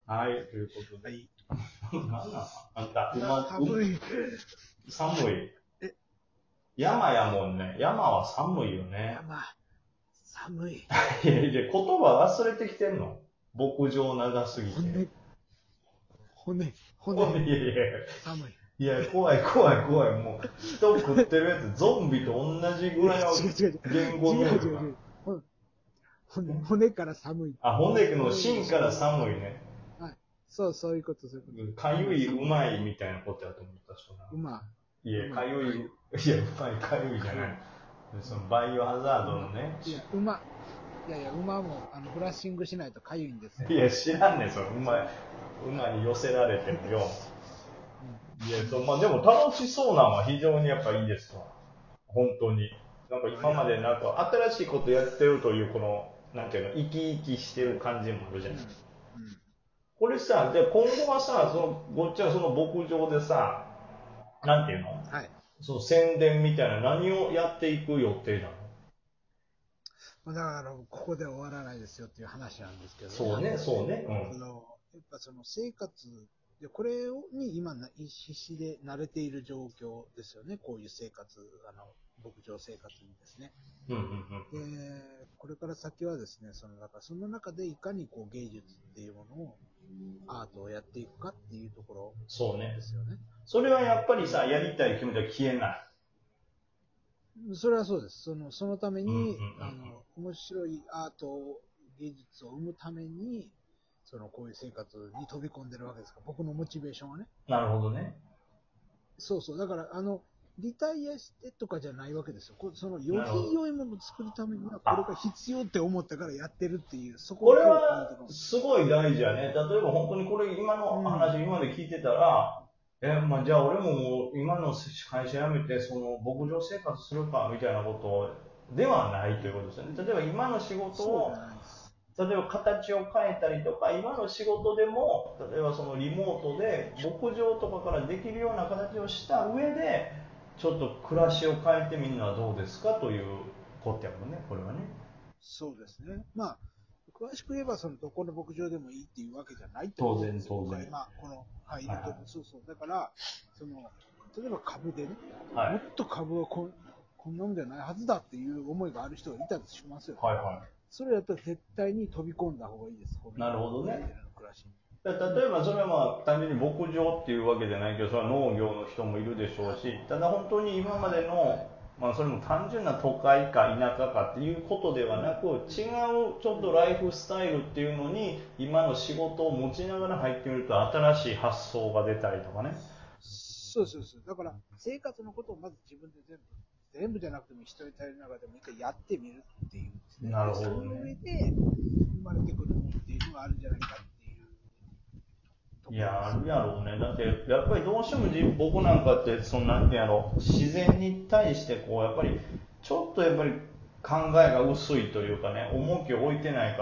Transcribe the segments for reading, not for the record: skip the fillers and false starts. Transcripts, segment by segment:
はい、ということで。 はい。 なんなんあんた、 寒い。 寒い。 え、 山やもんね。山は寒いよね。 寒い。 いやいや、言葉忘れてきてんの。牧場長すぎて。 骨。 いやいや寒い。 いや、怖い。もう、人食ってるやつ、ゾンビと同じぐらいの言語能力が。 違う。骨から寒い。 あ、骨の芯から寒いね。 はい。そういうこと。 かゆい、うまいみたいなことやと思ったしな。いや、かゆい、うまい、かゆいじゃない。そのバイオハザードのね。 馬も、ブラッシングしないとかゆいんですよ。 いや、知らんねん、その馬に寄せられてもよ。いや、まあでも楽しそうなのは非常にやっぱいいですわ。本当に。なんか今までなんか新しいことやってるというこの、なんていうの、生き生きしてる感じもあるじゃない。これさ、じゃあ今後はさ、ごっちゃんその牧場でさ、なんていうの、 はい。 その宣伝みたいな何をやっていく予定なの？ だからここで終わらないですよっていう話なんですけど、 そうね。うん。 やっぱその生活で、これに今必死で慣れている状況ですよね。こういう生活、牧場生活にですね。で、これから先はですね、その中でいかにこう芸術っていうものを、アートをやっていくかっていうところですよね。 それはやっぱりさ、やりたい気持ちは消えない。 それはそうです。そのために、面白いアート、芸術を生むために、こういう生活に飛び込んでるわけですから、僕のモチベーションはね。 なるほどね。 だから、リタイアしてとかじゃないわけですよ。その、より良いものを作るためには、これが必要って思ったからやってるっていう、 これは、すごい大事やね。例えば本当にこれ、今の話、今まで聞いてたら、まあ、じゃあ俺ももう今の会社辞めて、その牧場生活するかみたいなことではないということですよね。例えば今の仕事を、例えば形を変えたりとか、今の仕事でも、例えばそのリモートで牧場とかからできるような形をした上で、ちょっと暮らしを変えてみるのはどうですかということやもんね、これはね。 そうですね。まあ、詳しく言えば、どこの牧場でもいいっていうわけじゃないって当然。 ことですよ。僕は今、だから、例えば株でね、もっと株はこんなもんじゃないはずだっていう思いがある人がいたりしますよ。それやったら絶対に飛び込んだ方がいいです。 なるほどね。 暮らしに。 例えばそれはまあ単純に牧場っていうわけじゃないけど、それは農業の人もいるでしょうし、ただ本当に今までの、まあそれも単純な都会か田舎かっていうことではなく、違うちょっとライフスタイルっていうのに今の仕事を持ちながら入ってみると新しい発想が出たりとかね。 そう。だから生活のことをまず自分で全部じゃなくても一人頼りながらでも一回やってみるっていうですね。 なるほどね。 その上で生まれてくるものっていうのがあるんじゃないかっていう。 いや、あるやろうね。だって、やっぱりどうしても僕なんかって、なんてやろう、自然に対してこう、やっぱり、ちょっとやっぱり考えが薄いというかね、重きを置いてないから、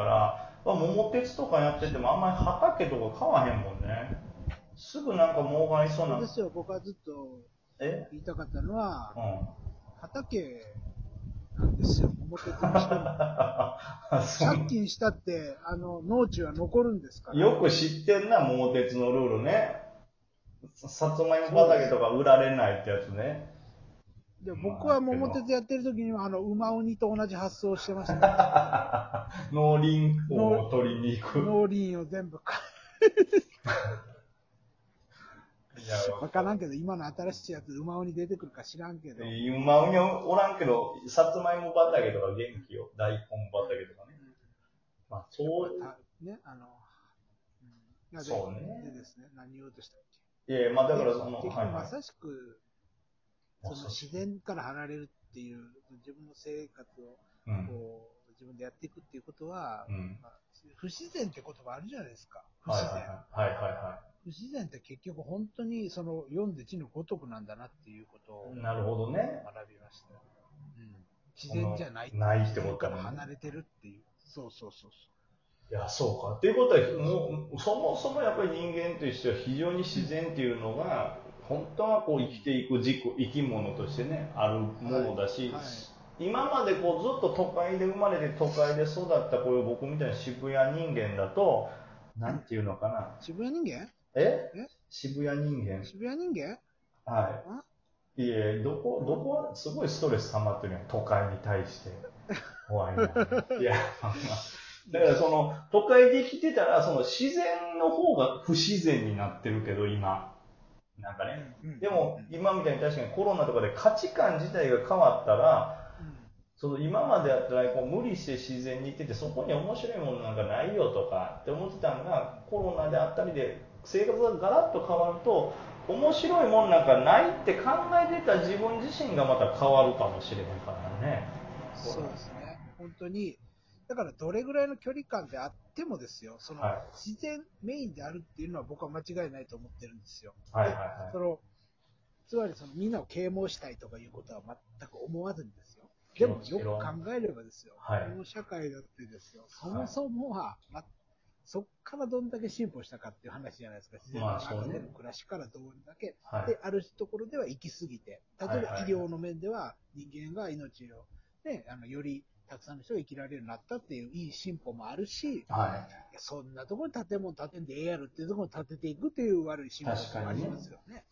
桃鉄とかやっててもあんまり畑とか買わへんもんね。すぐなんか儲かりそうな。 そうですよ、僕はずっと言いたかったのは、畑なんですよ、桃鉄にしても。借金したって、農地は残るんですから。 よく知ってんな、桃鉄のルールね。さつまいも畑とか売られないってやつね。 で僕は桃鉄やってる時には、馬鬼と同じ発想をしてました。 農林を取りに行く。 農林を全部わからんけど、今の新しいやつ、馬鬼出てくるか知らんけど。 馬鬼おらんけど、さつまいも畑とか元気よ。大根畑とかね。まあ、そういう。 ね、 そうね。 でですね、何言おうとしたっけ。いや、まあだから結局まさしく、自然から離れるっていう、自分の生活をこう、自分でやっていくっていうことは、不自然って言葉あるじゃないですか。不自然。不自然って結局本当に読んで字のごとくなんだなっていうことをなるほどね。 学びました。自然じゃない。 ないってことから離れてるっていう。そう。 いや、そうか。っていうことは、もう、そもそもやっぱり人間としては非常に自然っていうのが、本当はこう生きていく生き物としてね、あるものだし、今までこうずっと都会で生まれて都会で育ったこういう僕みたいな渋谷人間だと、 なんていうのかな。 渋谷人間？ 渋谷人間。 渋谷人間？ はい。いえ、どこ、すごいストレス溜まってるよ、都会に対して。怖いな。いや、だから都会で生きてたら、自然の方が不自然になってるけど、今。なんかね。でも、今みたいに確かにコロナとかで価値観自体が変わったら、今までやったら無理して自然に行ってて、そこに面白いものなんかないよとかって思ってたのが、コロナであったりで生活がガラッと変わると、面白いもんなんかないって考えてた自分自身がまた変わるかもしれへんからね。 そうですね。本当に。だからどれぐらいの距離感であってもですよ、自然メインであるっていうのは僕は間違いないと思ってるんですよ。つまりみんなを啓蒙したいとかいうことは全く思わずにですよ。でもよく考えればですよ、この社会だってですよ、そもそもは、そっからどんだけ進歩したかっていう話じゃないですか。自然の中での暮らしからどんだけ、で、あるところでは行き過ぎて、例えば医療の面では人間が命を、ね、よりたくさんの人が生きられるようになったっていういい進歩もあるし、そんなところに建物建てんでええやろっていうところに建てていくっていう悪い進歩もありますよね。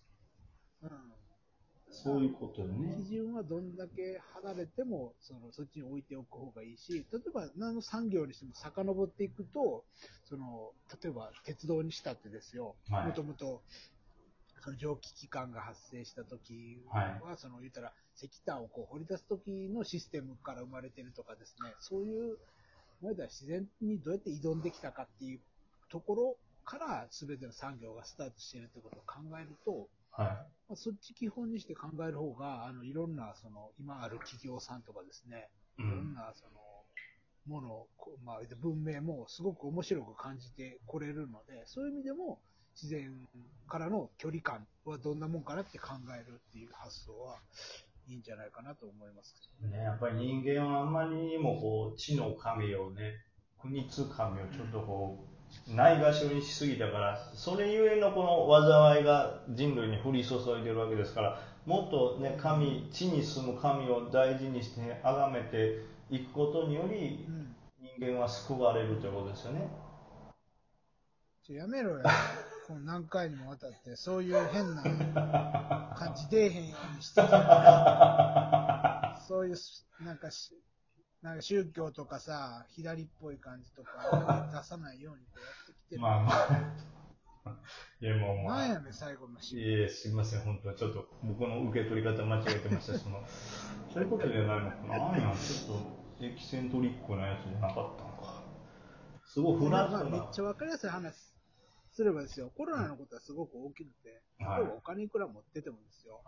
そういうことね。 基準はどんだけ離れてもそっちに置いておく方がいいし、例えば何の産業にしても遡っていくと、例えば鉄道にしたってですよ、もともと蒸気機関が発生した時は、言ったら石炭を掘り出す時のシステムから生まれてるとかですね、そういう自然にどうやって挑んできたかっていうところから全ての産業がスタートしているということを考えると、そっち基本にして考える方が、いろんな今ある企業さんとかですね、いろんなもの、文明もすごく面白く感じてこれるので、そういう意味でも自然からの距離感はどんなもんかなって考えるっていう発想はいいんじゃないかなと思いますけどね。 やっぱり人間はあんまりにも知の神をね、国津神をちょっとないがしろにしすぎたから、それゆえのこの災いが人類に降り注いでるわけですから、もっとね、地に住む神を大事にして崇めていくことにより、人間は救われるということですよね。 やめろよ。何回にもわたって、そういう変な感じ出えへんようにしてきた。そういう、なんか宗教とかさ、左っぽい感じとか出さないようにやってきてる。 いや、もうなんやねん、最後のシーン。いえ、すみません、本当ちょっと僕の受け取り方間違えてましたし、そういうことじゃないのかな。なんや、ちょっとエキセントリックなやつじゃなかったのか。すごいフラットな。 めっちゃわかりやすい話すればですよ、コロナのことはすごく大きいので、例えばお金いくら持っててもですよ、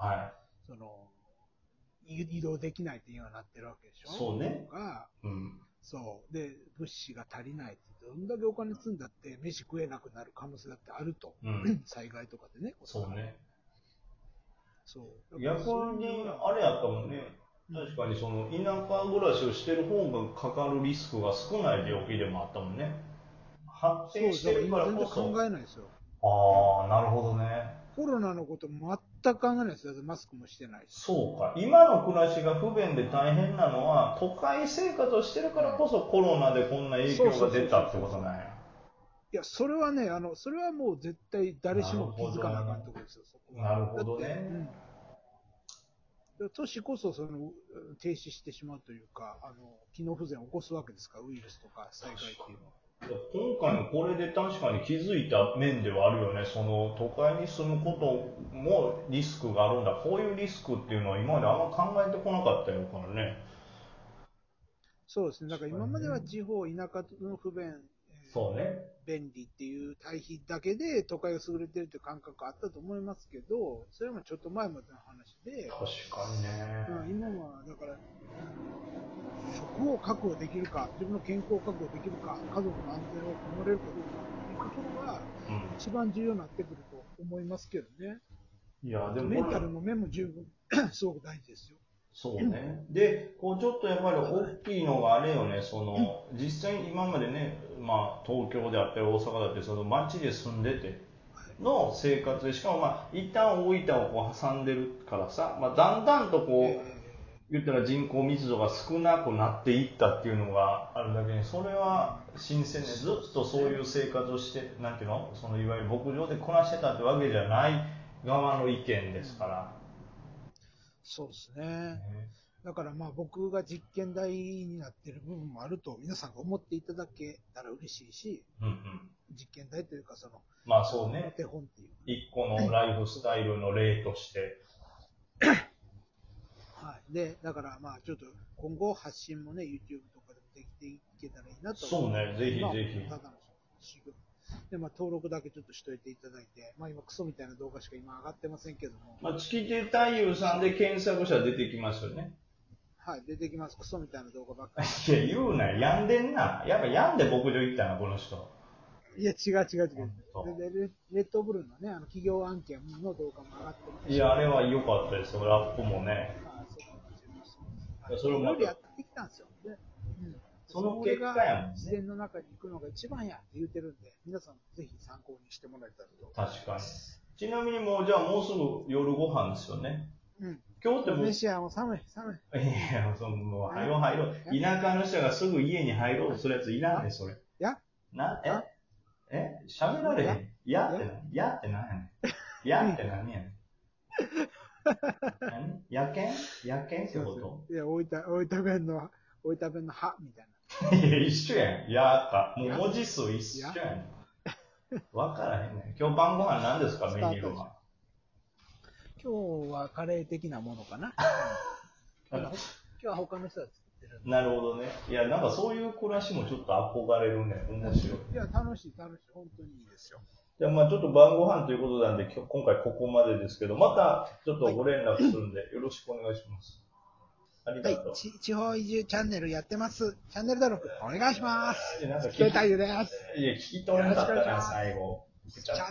移動できないって今なってるわけでしょ。 そうね。 とか、そう。で、物資が足りないって、どんだけお金積んだって飯食えなくなる可能性だってあると。災害とかでね。 そうね。 そう。 逆に、あれやったもんね。確かに田舎暮らしをしてる方がかかるリスクが少ない病気でもあったもんね。発展してるからこそ。 今全然考えないですよ。 ああ、なるほどね。 コロナのこと全く考えないですよ。マスクもしてないし。 そうか。今の暮らしが不便で大変なのは、都会生活をしてるからこそコロナでこんな影響が出たってことなんや。 いや、それはね、それはもう絶対誰しも気づかなあかんところですよ、そこは。 なるほどね。 都市こそ停止してしまうというか、機能不全を起こすわけですから、ウイルスとか災害っていうのは。 今回のこれで確かに気づいた面ではあるよね。都会に住むこともリスクがあるんだ。こういうリスクっていうのは今まであんま考えてこなかったよからね。 そうですね。だから今までは地方、田舎の不便、 そうね。 便利っていう対比だけで都会が優れてるという感覚あったと思いますけど、それもちょっと前までの話で。 確かにね。 今は、だから、食を確保できるか、自分の健康を確保できるか、家族の安全を守れるかどうかというところが一番重要になってくると思いますけどね。 いや、でもメンタルの面も十分すごく大事ですよ。 そうね。で、ちょっとやっぱり大きいのがあれよね、実際今までね、東京であったり大阪だって街で住んでての生活で、しかも一旦大分を挟んでるからさ、だんだんと言ったら人口密度が少なくなっていったっていうのがあるだけに、それは新鮮でずっとそういう生活をして、なんていうの、そのいわゆる牧場で暮らしてたってわけじゃない側の意見ですから。 そうですね。だからまあ僕が実験台になってる部分もあると皆さんが思っていただけたら嬉しいし、実験台というかその、 まあそうね。 手本っていう。 一個のライフスタイルの例として。 はい。で、だからまあちょっと今後発信もね、YouTube とかでもできていけたらいいなと。 そうね、ぜひぜひ。 ただの修行。で、まあ登録だけちょっとしといていただいて、まあ今クソみたいな動画しか今上がってませんけども。 まあ月手太夫さんで検索したら出てきますよね。 はい、出てきます。クソみたいな動画ばっかり。いや、言うなよ。病んでんな。やっぱ病んで牧場行ったな、この人。 いや、違う。で、レッドブルのね、企業案件の動画も上がってます。 いや、あれは良かったですよ、ラップもね。 それもやってきたんですよ。で、 その結果やもんね。 自然の中に行くのが一番やって言ってるんで、皆さんぜひ参考にしてもらえたらと。 確かに。ちなみにもう、じゃあもうすぐ夜ご飯ですよね。今日ってもう。 飯はもう寒い。 いや、もう、入ろう。田舎の人がすぐ家に入ろうとするやついらんねん、それ。喋られへん。やって何やって何やねん。野犬ってこと？ いや、大分弁の歯みたいな。いや、一緒やん。やか。もう文字数一緒やん。わからへんねん。今日晩ご飯何ですか、メニューは。 今日はカレー的なものかな。今日は他の人が作ってる。 なるほどね。いや、なんかそういう暮らしもちょっと憧れるね。面白い。 いや、楽しい。本当にいいですよ。 じゃあまあちょっと晩ご飯ということなんで、今回ここまでですけど、またちょっとご連絡するんで、よろしくお願いします。ありがとう。 地方移住チャンネルやってます。チャンネル登録お願いします。聞き取れたゆです。 いや、聞き取れなかったな、最後。